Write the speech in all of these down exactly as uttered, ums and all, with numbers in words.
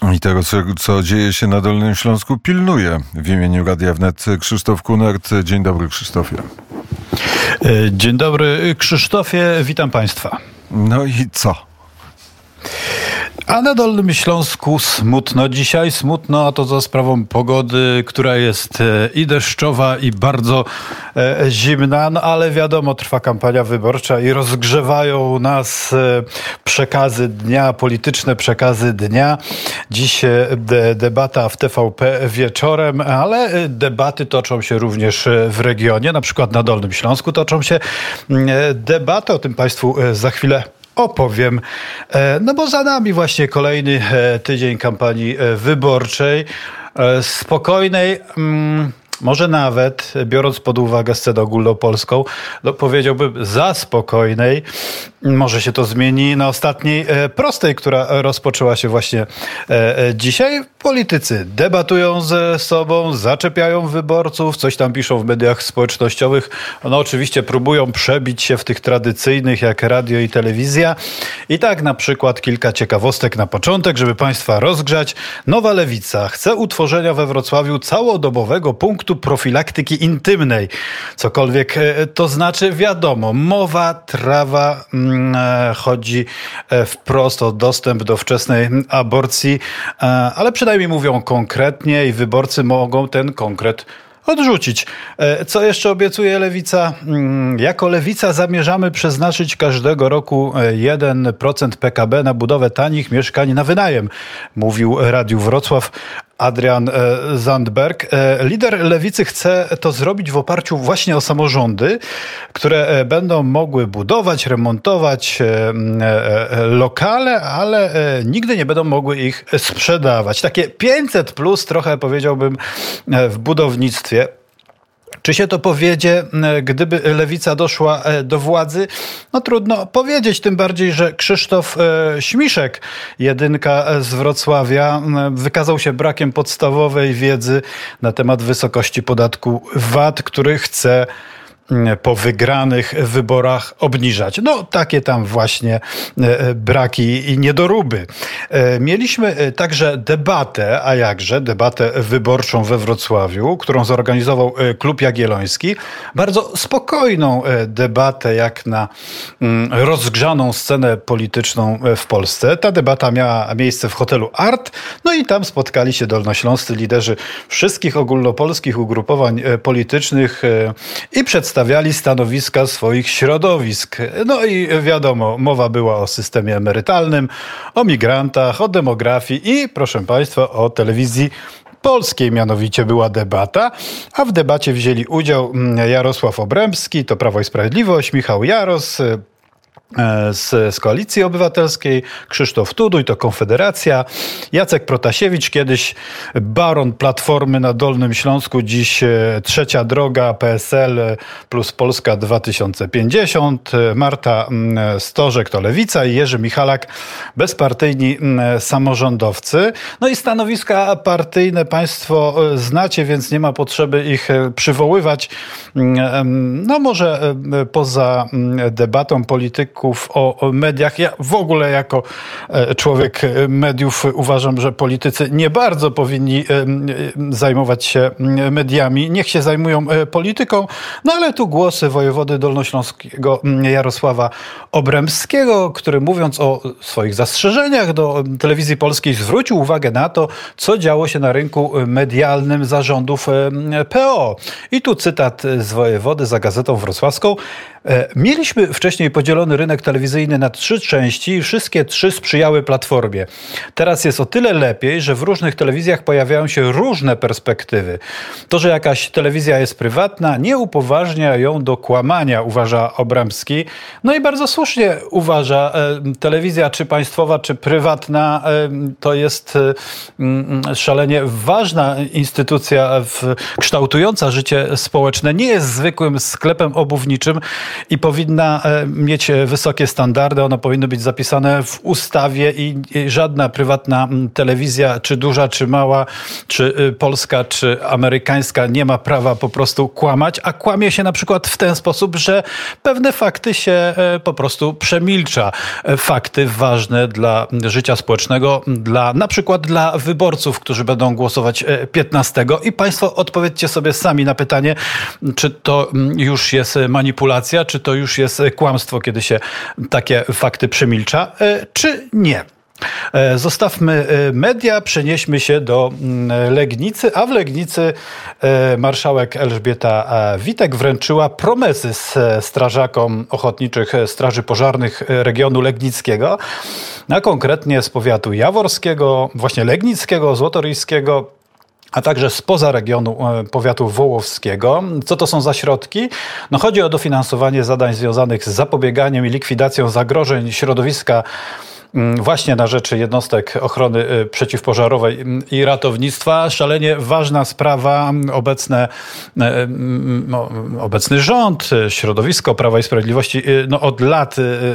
I tego, co, co dzieje się na Dolnym Śląsku, pilnuje w imieniu Radia Wnet Krzysztof Kunert. Dzień dobry, Krzysztofie. Dzień dobry, Krzysztofie. Witam Państwa. No i co? A na Dolnym Śląsku smutno dzisiaj, smutno, a to za sprawą pogody, która jest i deszczowa, i bardzo e, zimna, no ale wiadomo, trwa kampania wyborcza i rozgrzewają nas e, przekazy dnia, polityczne przekazy dnia. Dziś e, de, debata w T V P wieczorem, ale debaty toczą się również w regionie, na przykład na Dolnym Śląsku toczą się e, debaty, o tym Państwu e, za chwilę opowiem. No bo za nami właśnie kolejny tydzień kampanii wyborczej. Spokojnej, może nawet, biorąc pod uwagę scenę ogólnopolską, no powiedziałbym za spokojnej. Może się to zmieni na ostatniej prostej, która rozpoczęła się właśnie dzisiaj. Politycy debatują ze sobą, zaczepiają wyborców, coś tam piszą w mediach społecznościowych. No oczywiście próbują przebić się w tych tradycyjnych, jak radio i telewizja. I tak na przykład kilka ciekawostek na początek, żeby Państwa rozgrzać. Nowa Lewica chce utworzenia we Wrocławiu całodobowego punktu profilaktyki intymnej. Cokolwiek to znaczy, wiadomo, mowa, trawa, chodzi wprost o dostęp do wczesnej aborcji, ale przynajmniej mówią konkretnie i wyborcy mogą ten konkret odrzucić. Co jeszcze obiecuje Lewica? Jako Lewica zamierzamy przeznaczyć każdego roku jeden procent P K B na budowę tanich mieszkań na wynajem, mówił Radiu Wrocław Adrian Zandberg. Lider Lewicy chce to zrobić w oparciu właśnie o samorządy, które będą mogły budować, remontować lokale, ale nigdy nie będą mogły ich sprzedawać. Takie pięćset plus trochę, powiedziałbym, w budownictwie. Czy się to powiedzie, gdyby Lewica doszła do władzy? No trudno powiedzieć, tym bardziej, że Krzysztof Śmiszek, jedynka z Wrocławia, wykazał się brakiem podstawowej wiedzy na temat wysokości podatku V A T, który chce po wygranych wyborach obniżać. No takie tam właśnie braki i niedoróby. Mieliśmy także debatę, a jakże, debatę wyborczą we Wrocławiu, którą zorganizował Klub Jagielloński. Bardzo spokojną debatę, jak na rozgrzaną scenę polityczną w Polsce. Ta debata miała miejsce w hotelu Art, no i tam spotkali się dolnośląscy liderzy wszystkich ogólnopolskich ugrupowań politycznych i przedstawiciele Stawiali stanowiska swoich środowisk. No i wiadomo, mowa była o systemie emerytalnym, o migrantach, o demografii i, proszę Państwa, o telewizji polskiej mianowicie była debata, a w debacie wzięli udział Jarosław Obremski, to Prawo i Sprawiedliwość, Michał Jaros z, z Koalicji Obywatelskiej, Krzysztof Tuduj, to Konfederacja, Jacek Protasiewicz, kiedyś baron Platformy na Dolnym Śląsku, dziś Trzecia Droga, P S L plus Polska dwa tysiące pięćdziesiąt, Marta Stożek to Lewica i Jerzy Michalak, bezpartyjni samorządowcy. No i stanowiska partyjne Państwo znacie, więc nie ma potrzeby ich przywoływać. No może poza debatą polityków o, o mediach. Ja w ogóle jako człowiek mediów uważam, że politycy nie bardzo powinni zajmować się mediami. Niech się zajmują polityką. No ale tu głosy wojewody dolnośląskiego Jarosława Obremskiego, który mówiąc o swoich zastrzeżeniach do telewizji polskiej zwrócił uwagę na to, co działo się na rynku medialnym zarządów P O. I tu cytat z wojewody za Gazetą Wrocławską. Mieliśmy wcześniej podzielony rynek telewizyjny na trzy części i wszystkie trzy sprzyjały Platformie. Teraz jest o tyle lepiej, że w różnych telewizjach pojawiają się różne perspektywy. To, że jakaś telewizja jest prywatna, nie upoważnia ją do kłamania, uważa Obremski. No i bardzo słusznie uważa, telewizja czy państwowa, czy prywatna, to jest szalenie ważna instytucja w, kształtująca życie społeczne. Nie jest zwykłym sklepem obuwniczym, i powinna mieć wysokie standardy. One powinny być zapisane w ustawie i żadna prywatna telewizja, czy duża, czy mała, czy polska, czy amerykańska nie ma prawa po prostu kłamać, a kłamie się na przykład w ten sposób, że pewne fakty się po prostu przemilcza. Fakty ważne dla życia społecznego, dla, na przykład dla wyborców, którzy będą głosować piętnastego. I państwo odpowiedzcie sobie sami na pytanie, czy to już jest manipulacja, czy to już jest kłamstwo, kiedy się takie fakty przemilcza, czy nie. Zostawmy media, przenieśmy się do Legnicy, a w Legnicy marszałek Elżbieta Witek wręczyła promesy strażakom ochotniczych straży pożarnych regionu legnickiego, a konkretnie z powiatu jaworskiego, właśnie legnickiego, złotoryjskiego, a także spoza regionu powiatu wołowskiego. Co to są za środki? No chodzi o dofinansowanie zadań związanych z zapobieganiem i likwidacją zagrożeń środowiska właśnie na rzecz jednostek ochrony przeciwpożarowej i ratownictwa. Szalenie ważna sprawa. Obecne, no, obecny rząd, środowisko Prawa i Sprawiedliwości no, od lat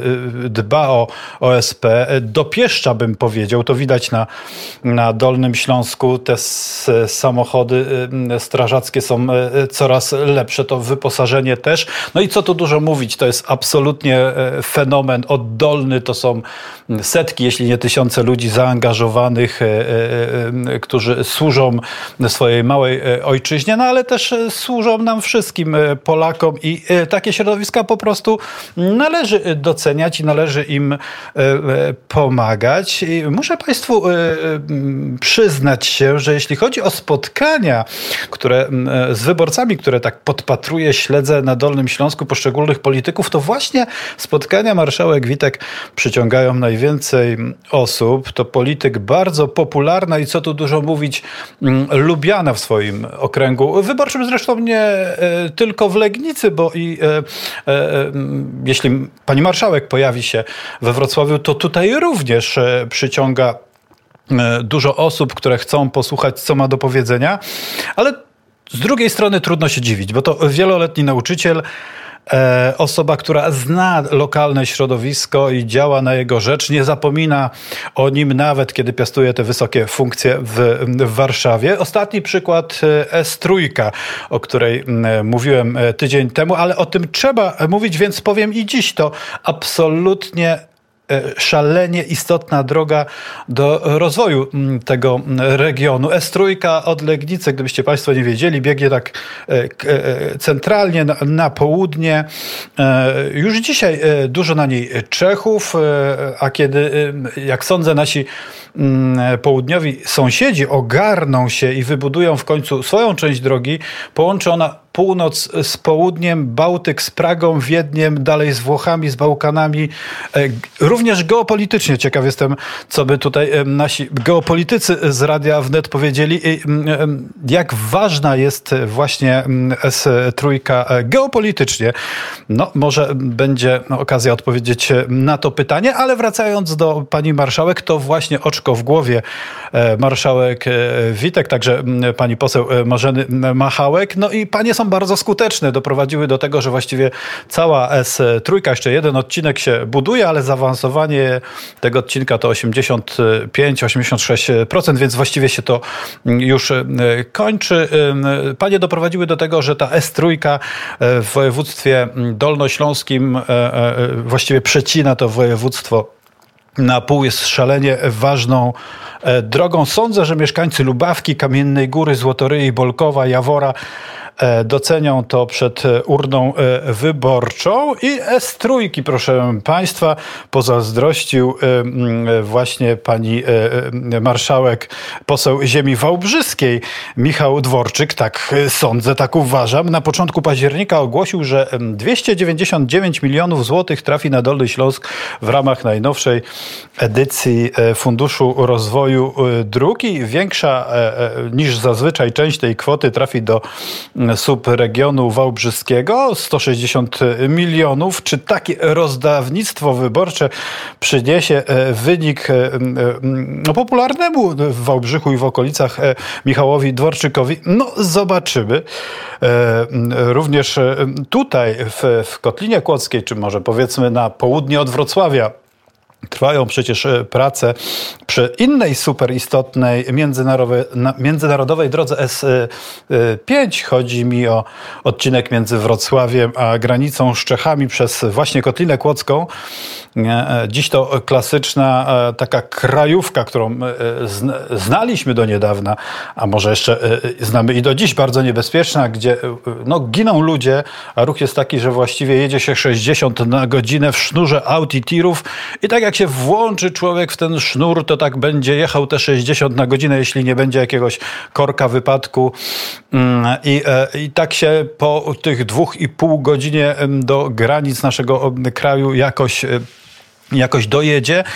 dba o O S P. Dopieszcza, bym powiedział. To widać na, na Dolnym Śląsku. Te samochody strażackie są coraz lepsze. To wyposażenie też. No i co tu dużo mówić. To jest absolutnie fenomen oddolny. To są setki, jeśli nie tysiące ludzi zaangażowanych, e, e, którzy służą swojej małej ojczyźnie, no ale też służą nam wszystkim, Polakom, i e, takie środowiska po prostu należy doceniać i należy im e, pomagać. I muszę Państwu e, przyznać się, że jeśli chodzi o spotkania, które z wyborcami, które tak podpatruję, śledzę na Dolnym Śląsku poszczególnych polityków, to właśnie spotkania marszałek Witek przyciągają najwięcej osób. To polityk bardzo popularna i co tu dużo mówić, lubiana w swoim okręgu wyborczym, zresztą nie e, tylko w Legnicy, bo i e, e, jeśli pani marszałek pojawi się we Wrocławiu, to tutaj również e, przyciąga e, dużo osób, które chcą posłuchać, co ma do powiedzenia, ale z drugiej strony trudno się dziwić, bo to wieloletni nauczyciel, osoba, która zna lokalne środowisko i działa na jego rzecz, nie zapomina o nim nawet, kiedy piastuje te wysokie funkcje w, w Warszawie. Ostatni przykład S trzy, o której mówiłem tydzień temu, ale o tym trzeba mówić, więc powiem i dziś. To absolutnie szalenie istotna droga do rozwoju tego regionu. S trzy od Legnicy, gdybyście Państwo nie wiedzieli, biegnie tak centralnie na, na południe. Już dzisiaj dużo na niej Czechów, a kiedy, jak sądzę, nasi południowi sąsiedzi ogarną się i wybudują w końcu swoją część drogi, połączy ona północ z południem, Bałtyk z Pragą, Wiedniem, dalej z Włochami, z Bałkanami. Również geopolitycznie ciekaw jestem, co by tutaj nasi geopolitycy z Radia Wnet powiedzieli. Jak ważna jest właśnie S trzy geopolitycznie. No, może będzie okazja odpowiedzieć na to pytanie, ale wracając do pani marszałek, to właśnie oczko w głowie marszałek Witek, także pani poseł Marzeny Machałek. No i panie są bardzo skuteczne. Doprowadziły do tego, że właściwie cała S trzy, jeszcze jeden odcinek się buduje, ale zaawansowanie tego odcinka to osiemdziesiąt pięć do osiemdziesięciu sześciu procent, więc właściwie się to już kończy. Panie doprowadziły do tego, że ta S trzy w województwie dolnośląskim właściwie przecina to województwo na pół, jest szalenie ważną drogą. Sądzę, że mieszkańcy Lubawki, Kamiennej Góry, Złotoryi, Bolkowa, Jawora docenią to przed urną wyborczą. I S trzy, proszę Państwa, pozazdrościł właśnie pani marszałek, poseł ziemi wałbrzyskiej Michał Dworczyk, tak sądzę, tak uważam. Na początku października ogłosił, że dwieście dziewięćdziesiąt dziewięć milionów złotych trafi na Dolny Śląsk w ramach najnowszej edycji Funduszu Rozwoju Dróg i większa niż zazwyczaj część tej kwoty trafi do subregionu wałbrzyskiego, sto sześćdziesiąt milionów. Czy takie rozdawnictwo wyborcze przyniesie wynik no, popularnemu w Wałbrzychu i w okolicach Michałowi Dworczykowi? No zobaczymy. Również tutaj w, w Kotlinie Kłodzkiej, czy może powiedzmy na południe od Wrocławia, trwają przecież prace przy innej super istotnej międzynarodowej, międzynarodowej drodze S pięć. Chodzi mi o odcinek między Wrocławiem a granicą z Czechami przez właśnie Kotlinę Kłodzką. Dziś to klasyczna taka krajówka, którą znaliśmy do niedawna, a może jeszcze znamy i do dziś, bardzo niebezpieczna, gdzie no, giną ludzie, a ruch jest taki, że właściwie jedzie się sześćdziesiąt na godzinę w sznurze aut i tirów i tak jak się włączy człowiek w ten sznur, to tak będzie jechał te sześćdziesiąt na godzinę, jeśli nie będzie jakiegoś korka, wypadku. I, i tak się po tych dwóch i pół godzinie do granic naszego kraju jakoś jakoś dojedzie.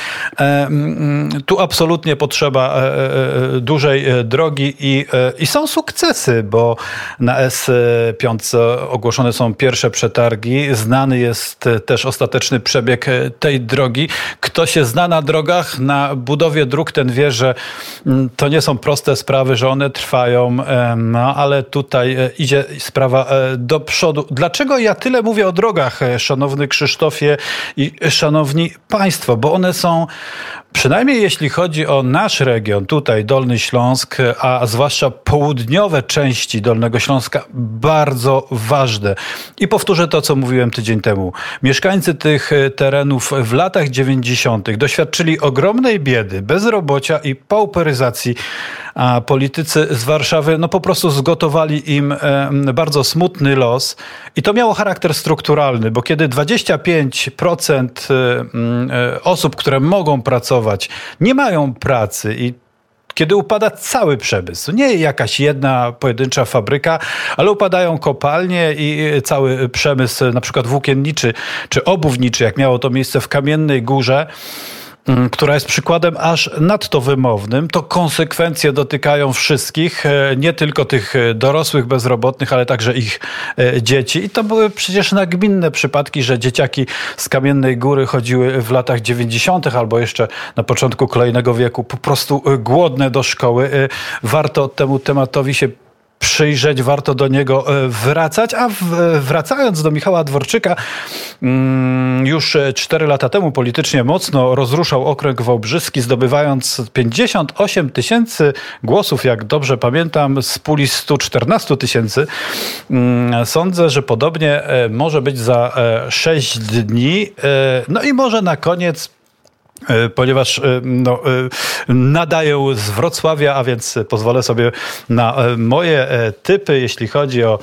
Tu absolutnie potrzeba dużej drogi i, i są sukcesy, bo na S pięć ogłoszone są pierwsze przetargi. Znany jest też ostateczny przebieg tej drogi. Kto się zna na drogach, na budowie dróg, ten wie, że to nie są proste sprawy, że one trwają, no, ale tutaj idzie sprawa do przodu. Dlaczego ja tyle mówię o drogach, szanowny Krzysztofie i szanowni państwo? Bo one są, przynajmniej jeśli chodzi o nasz region, tutaj Dolny Śląsk, a zwłaszcza południowe części Dolnego Śląska, bardzo ważne. I powtórzę to, co mówiłem tydzień temu. Mieszkańcy tych terenów w latach dziewięćdziesiątych doświadczyli ogromnej biedy, bezrobocia i pauperyzacji, a politycy z Warszawy no po prostu zgotowali im bardzo smutny los. I to miało charakter strukturalny, bo kiedy dwadzieścia pięć procent osób, które mogą pracować, nie mają pracy i kiedy upada cały przemysł, nie jakaś jedna pojedyncza fabryka, ale upadają kopalnie i cały przemysł, na przykład włókienniczy czy obuwniczy, jak miało to miejsce w Kamiennej Górze, która jest przykładem aż nadto wymownym, to konsekwencje dotykają wszystkich, nie tylko tych dorosłych bezrobotnych, ale także ich dzieci. I to były przecież nagminne przypadki, że dzieciaki z Kamiennej Góry chodziły w latach dziewięćdziesiątych albo jeszcze na początku kolejnego wieku po prostu głodne do szkoły. Warto temu tematowi się przyjrzeć, warto do niego wracać, a wracając do Michała Dworczyka, już cztery lata temu politycznie mocno rozruszał okręg wałbrzyski, zdobywając pięćdziesiąt osiem tysięcy głosów, jak dobrze pamiętam, z puli stu czternastu tysięcy. Sądzę, że podobnie może być za sześć dni. No i może na koniec, ponieważ no, nadaję z Wrocławia, a więc pozwolę sobie na moje typy, jeśli chodzi o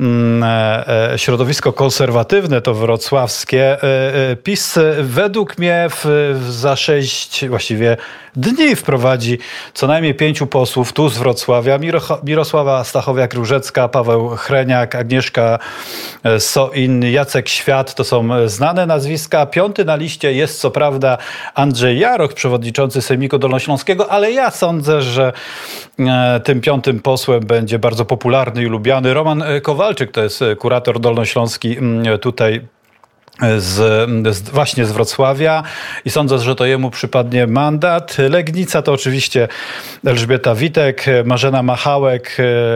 środowisko konserwatywne, to wrocławskie. PiS według mnie w, za sześć właściwie dni wprowadzi co najmniej pięciu posłów tu z Wrocławia. Mirosława Stachowiak-Różecka, Paweł Hreniak, Agnieszka Soin, Jacek Świat. To są znane nazwiska. Piąty na liście jest co prawda Andrzej Jaroch, przewodniczący Sejmiku Dolnośląskiego, ale ja sądzę, że tym piątym posłem będzie bardzo popularny i lubiany Roman Kowalczyk, to jest kurator dolnośląski tutaj Z, z, właśnie z Wrocławia i sądzę, że to jemu przypadnie mandat. Legnica to oczywiście Elżbieta Witek, Marzena Machałek,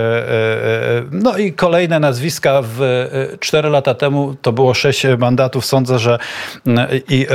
no i kolejne nazwiska. W cztery lata temu to było sześć mandatów. Sądzę, że i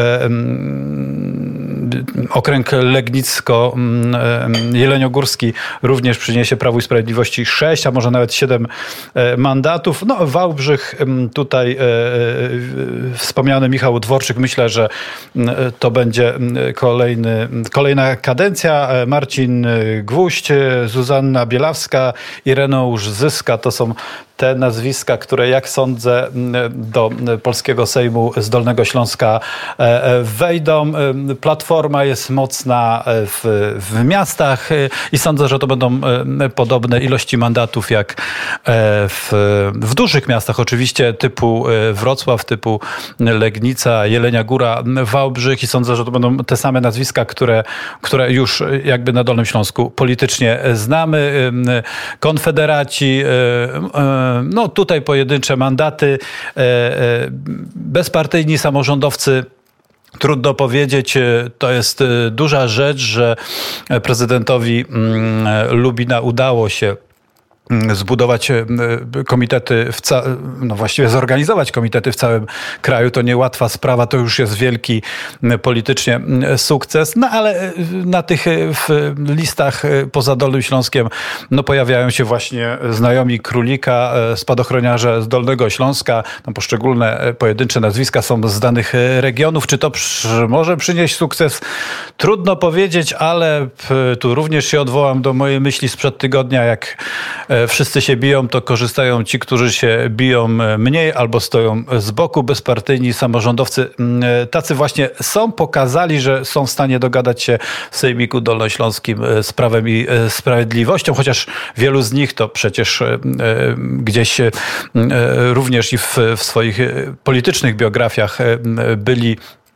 okręg legnicko-jeleniogórski również przyniesie Prawu i Sprawiedliwości sześć, a może nawet siedem mandatów. No Wałbrzych tutaj wspomniany Michał Dworczyk, myślę, że to będzie kolejny, kolejna kadencja. Marcin Gwóźdź, Zuzanna Bielawska, Ireneusz Zyska to są te nazwiska, które jak sądzę do polskiego Sejmu z Dolnego Śląska wejdą. Platforma jest mocna w, w miastach i sądzę, że to będą podobne ilości mandatów jak w, w dużych miastach oczywiście typu Wrocław, typu Legnica, Jelenia Góra, Wałbrzych i sądzę, że to będą te same nazwiska, które, które już jakby na Dolnym Śląsku politycznie znamy. Konfederaci, no tutaj pojedyncze mandaty, bezpartyjni samorządowcy. Trudno powiedzieć, to jest duża rzecz, że prezydentowi Lubina udało się zbudować komitety, w ca- no właściwie zorganizować komitety w całym kraju. To niełatwa sprawa, to już jest wielki politycznie sukces, no ale na tych w listach poza Dolnym Śląskiem no pojawiają się właśnie znajomi Królika, spadochroniarze z Dolnego Śląska, no poszczególne pojedyncze nazwiska są z danych regionów. Czy to przy, może przynieść sukces? Trudno powiedzieć, ale tu również się odwołam do mojej myśli sprzed tygodnia, jak wszyscy się biją, to korzystają ci, którzy się biją mniej albo stoją z boku. Bezpartyjni samorządowcy tacy właśnie są, pokazali, że są w stanie dogadać się w Sejmiku Dolnośląskim z Prawem i Sprawiedliwością, chociaż wielu z nich to przecież gdzieś również i w, w swoich politycznych biografiach byli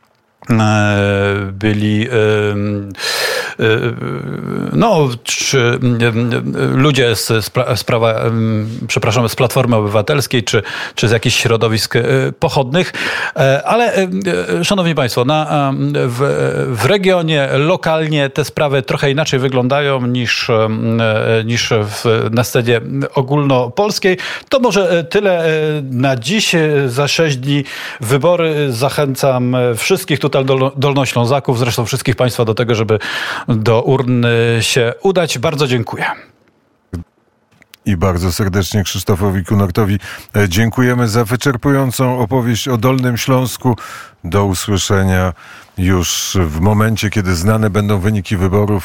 byli no, czy ludzie z, z prawa, przepraszam, z Platformy Obywatelskiej, czy, czy z jakichś środowisk pochodnych. Ale, szanowni państwo, na, w, w regionie, lokalnie te sprawy trochę inaczej wyglądają niż, niż w, na scenie ogólnopolskiej. To może tyle na dziś. Za sześć dni wybory. Zachęcam wszystkich tutaj Dolnoślązaków, zresztą wszystkich państwa do tego, żeby do urny się udać. Bardzo dziękuję. I bardzo serdecznie Krzysztofowi Kunortowi dziękujemy za wyczerpującą opowieść o Dolnym Śląsku. Do usłyszenia już w momencie, kiedy znane będą wyniki wyborów.